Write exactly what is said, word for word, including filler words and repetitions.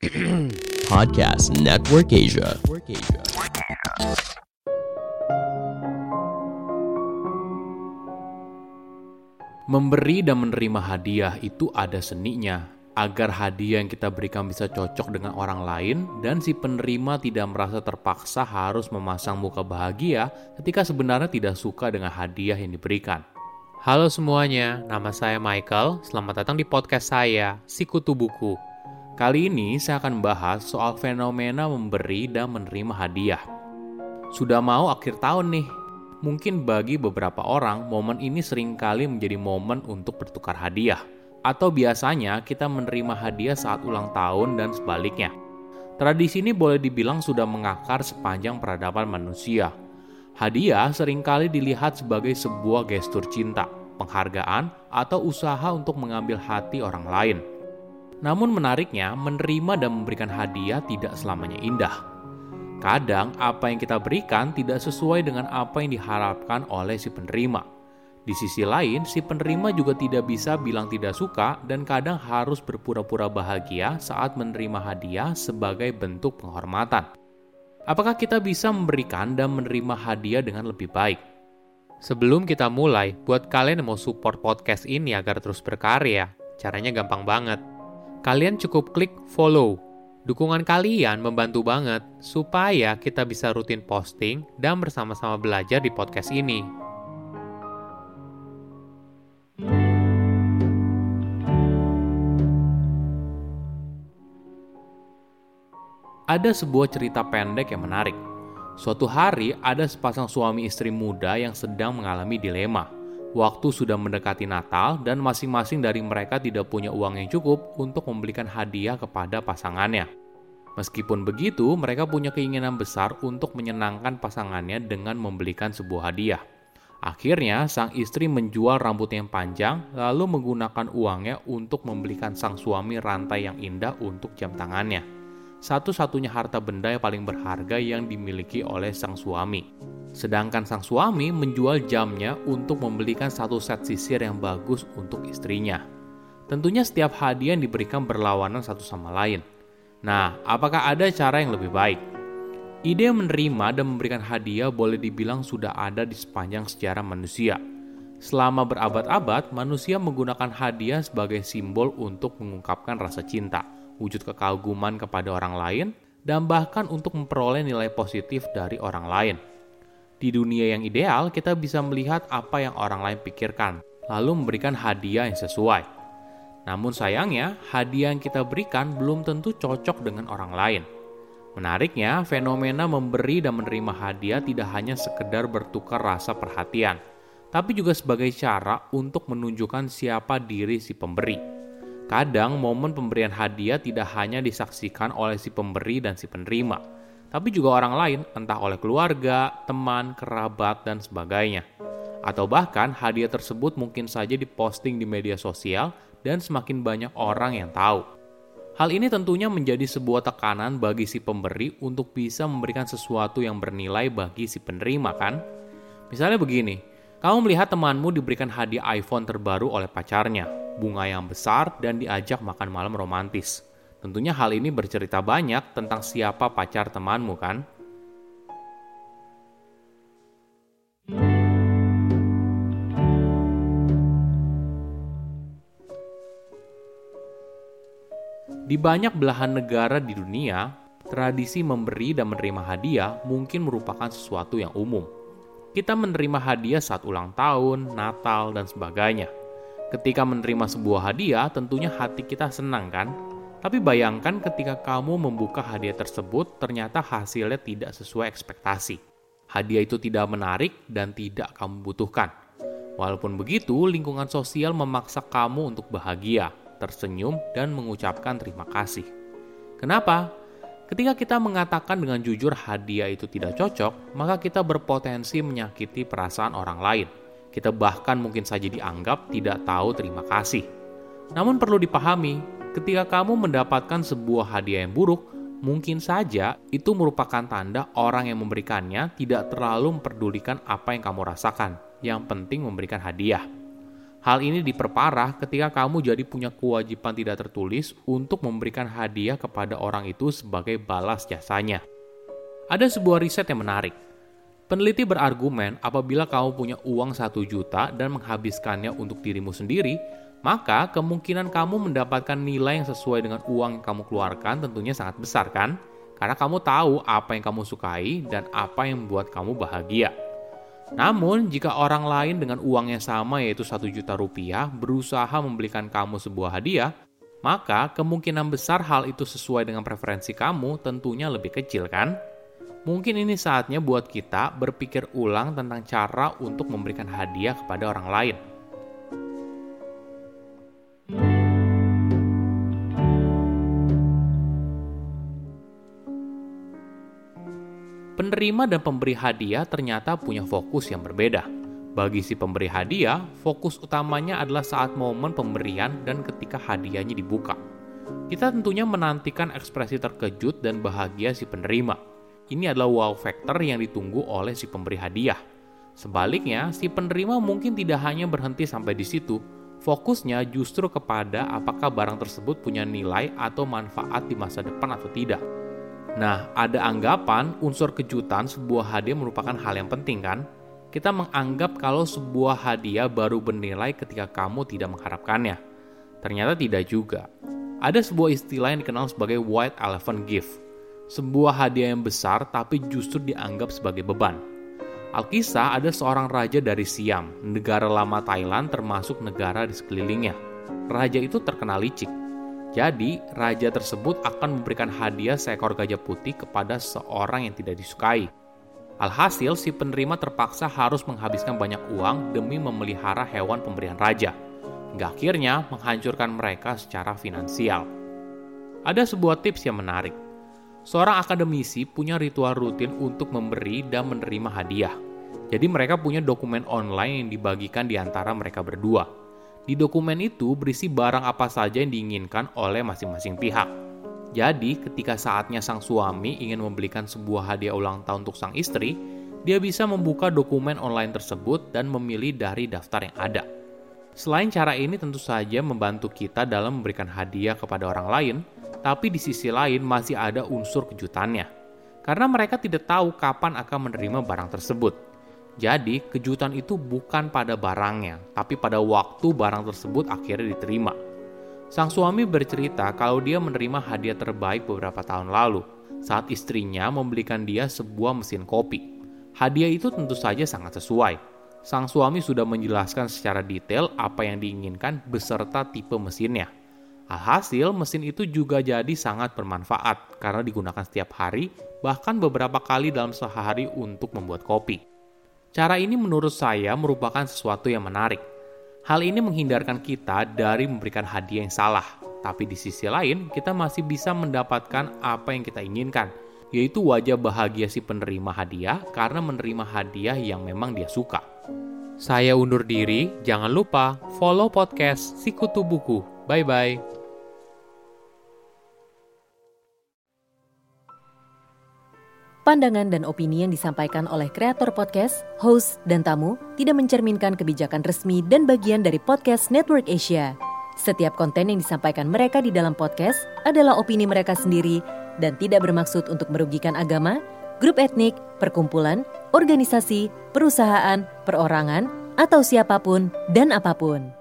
Podcast Network Asia. Memberi dan menerima hadiah itu ada seninya, agar hadiah yang kita berikan bisa cocok dengan orang lain dan si penerima tidak merasa terpaksa harus memasang muka bahagia ketika sebenarnya tidak suka dengan hadiah yang diberikan. Halo semuanya, nama saya Michael. Selamat datang di podcast saya, Sikutu Buku. Kali ini saya akan bahas soal fenomena memberi dan menerima hadiah. Sudah mau akhir tahun nih. Mungkin bagi beberapa orang, momen ini seringkali menjadi momen untuk bertukar hadiah. Atau biasanya kita menerima hadiah saat ulang tahun dan sebaliknya. Tradisi ini boleh dibilang sudah mengakar sepanjang peradaban manusia. Hadiah seringkali dilihat sebagai sebuah gestur cinta, penghargaan, atau usaha untuk mengambil hati orang lain. Namun menariknya, menerima dan memberikan hadiah tidak selamanya indah. Kadang apa yang kita berikan tidak sesuai dengan apa yang diharapkan oleh si penerima. Di sisi lain, si penerima juga tidak bisa bilang tidak suka dan kadang harus berpura-pura bahagia saat menerima hadiah sebagai bentuk penghormatan. Apakah kita bisa memberikan dan menerima hadiah dengan lebih baik? Sebelum kita mulai, buat kalian yang mau support podcast ini agar terus berkarya, caranya gampang banget. Kalian cukup klik follow. Dukungan kalian membantu banget supaya kita bisa rutin posting dan bersama-sama belajar di podcast ini. Ada sebuah cerita pendek yang menarik. Suatu hari ada sepasang suami istri muda yang sedang mengalami dilema. Waktu sudah mendekati Natal dan masing-masing dari mereka tidak punya uang yang cukup untuk membelikan hadiah kepada pasangannya. Meskipun begitu, mereka punya keinginan besar untuk menyenangkan pasangannya dengan membelikan sebuah hadiah. Akhirnya, sang istri menjual rambutnya yang panjang, lalu menggunakan uangnya untuk membelikan sang suami rantai yang indah untuk jam tangannya. Satu-satunya harta benda yang paling berharga yang dimiliki oleh sang suami. Sedangkan sang suami menjual jamnya untuk membelikan satu set sisir yang bagus untuk istrinya. Tentunya setiap hadiah yang diberikan berlawanan satu sama lain. Nah, apakah ada cara yang lebih baik? Ide menerima dan memberikan hadiah boleh dibilang sudah ada di sepanjang sejarah manusia. Selama berabad-abad, manusia menggunakan hadiah sebagai simbol untuk mengungkapkan rasa cinta, wujud kekaguman kepada orang lain, dan bahkan untuk memperoleh nilai positif dari orang lain. Di dunia yang ideal, kita bisa melihat apa yang orang lain pikirkan, lalu memberikan hadiah yang sesuai. Namun sayangnya, hadiah yang kita berikan belum tentu cocok dengan orang lain. Menariknya, fenomena memberi dan menerima hadiah tidak hanya sekedar bertukar rasa perhatian, tapi juga sebagai cara untuk menunjukkan siapa diri si pemberi. Kadang, momen pemberian hadiah tidak hanya disaksikan oleh si pemberi dan si penerima, tapi juga orang lain, entah oleh keluarga, teman, kerabat, dan sebagainya. Atau bahkan hadiah tersebut mungkin saja diposting di media sosial dan semakin banyak orang yang tahu. Hal ini tentunya menjadi sebuah tekanan bagi si pemberi untuk bisa memberikan sesuatu yang bernilai bagi si penerima, kan? Misalnya begini, kamu melihat temanmu diberikan hadiah iPhone terbaru oleh pacarnya, bunga yang besar, dan diajak makan malam romantis. Tentunya hal ini bercerita banyak tentang siapa pacar temanmu, kan? Di banyak belahan negara di dunia, tradisi memberi dan menerima hadiah mungkin merupakan sesuatu yang umum. Kita menerima hadiah saat ulang tahun, Natal, dan sebagainya. Ketika menerima sebuah hadiah, tentunya hati kita senang, kan? Tapi bayangkan ketika kamu membuka hadiah tersebut, ternyata hasilnya tidak sesuai ekspektasi. Hadiah itu tidak menarik dan tidak kamu butuhkan. Walaupun begitu, lingkungan sosial memaksa kamu untuk bahagia, tersenyum, dan mengucapkan terima kasih. Kenapa? Ketika kita mengatakan dengan jujur hadiah itu tidak cocok, maka kita berpotensi menyakiti perasaan orang lain. Kita bahkan mungkin saja dianggap tidak tahu terima kasih. Namun perlu dipahami, ketika kamu mendapatkan sebuah hadiah yang buruk, mungkin saja itu merupakan tanda orang yang memberikannya tidak terlalu memperdulikan apa yang kamu rasakan. Yang penting memberikan hadiah. Hal ini diperparah ketika kamu jadi punya kewajiban tidak tertulis untuk memberikan hadiah kepada orang itu sebagai balas jasanya. Ada sebuah riset yang menarik. Peneliti berargumen apabila kamu punya uang satu juta dan menghabiskannya untuk dirimu sendiri, maka kemungkinan kamu mendapatkan nilai yang sesuai dengan uang yang kamu keluarkan tentunya sangat besar kan? Karena kamu tahu apa yang kamu sukai dan apa yang membuat kamu bahagia. Namun, jika orang lain dengan uang yang sama yaitu satu juta rupiah berusaha membelikan kamu sebuah hadiah, maka kemungkinan besar hal itu sesuai dengan preferensi kamu tentunya lebih kecil kan? Mungkin ini saatnya buat kita berpikir ulang tentang cara untuk memberikan hadiah kepada orang lain. Penerima dan pemberi hadiah ternyata punya fokus yang berbeda. Bagi si pemberi hadiah, fokus utamanya adalah saat momen pemberian dan ketika hadiahnya dibuka. Kita tentunya menantikan ekspresi terkejut dan bahagia si penerima. Ini adalah wow factor yang ditunggu oleh si pemberi hadiah. Sebaliknya, si penerima mungkin tidak hanya berhenti sampai di situ. Fokusnya justru kepada apakah barang tersebut punya nilai atau manfaat di masa depan atau tidak. Nah, ada anggapan unsur kejutan sebuah hadiah merupakan hal yang penting kan? Kita menganggap kalau sebuah hadiah baru bernilai ketika kamu tidak mengharapkannya. Ternyata tidak juga. Ada sebuah istilah yang dikenal sebagai white elephant gift. Sebuah hadiah yang besar tapi justru dianggap sebagai beban. Alkisah ada seorang raja dari Siam, negara lama Thailand termasuk negara di sekelilingnya. Raja itu terkenal licik. Jadi, raja tersebut akan memberikan hadiah seekor gajah putih kepada seorang yang tidak disukai. Alhasil, si penerima terpaksa harus menghabiskan banyak uang demi memelihara hewan pemberian raja, hingga akhirnya menghancurkan mereka secara finansial. Ada sebuah tips yang menarik. Seorang akademisi punya ritual rutin untuk memberi dan menerima hadiah. Jadi mereka punya dokumen online yang dibagikan di antara mereka berdua. Di dokumen itu berisi barang apa saja yang diinginkan oleh masing-masing pihak. Jadi, ketika saatnya sang suami ingin membelikan sebuah hadiah ulang tahun untuk sang istri, dia bisa membuka dokumen online tersebut dan memilih dari daftar yang ada. Selain cara ini tentu saja membantu kita dalam memberikan hadiah kepada orang lain, tapi di sisi lain masih ada unsur kejutannya. Karena mereka tidak tahu kapan akan menerima barang tersebut. Jadi, kejutan itu bukan pada barangnya, tapi pada waktu barang tersebut akhirnya diterima. Sang suami bercerita kalau dia menerima hadiah terbaik beberapa tahun lalu, saat istrinya membelikan dia sebuah mesin kopi. Hadiah itu tentu saja sangat sesuai. Sang suami sudah menjelaskan secara detail apa yang diinginkan beserta tipe mesinnya. Alhasil, mesin itu juga jadi sangat bermanfaat karena digunakan setiap hari, bahkan beberapa kali dalam sehari untuk membuat kopi. Cara ini menurut saya merupakan sesuatu yang menarik. Hal ini menghindarkan kita dari memberikan hadiah yang salah. Tapi di sisi lain, kita masih bisa mendapatkan apa yang kita inginkan, yaitu wajah bahagia si penerima hadiah karena menerima hadiah yang memang dia suka. Saya undur diri, jangan lupa follow podcast Sikutu Buku. Bye-bye. Pandangan dan opini yang disampaikan oleh kreator podcast, host, dan tamu tidak mencerminkan kebijakan resmi dan bagian dari Podcast Network Asia. Setiap konten yang disampaikan mereka di dalam podcast adalah opini mereka sendiri dan tidak bermaksud untuk merugikan agama, grup etnik, perkumpulan, organisasi, perusahaan, perorangan, atau siapapun dan apapun.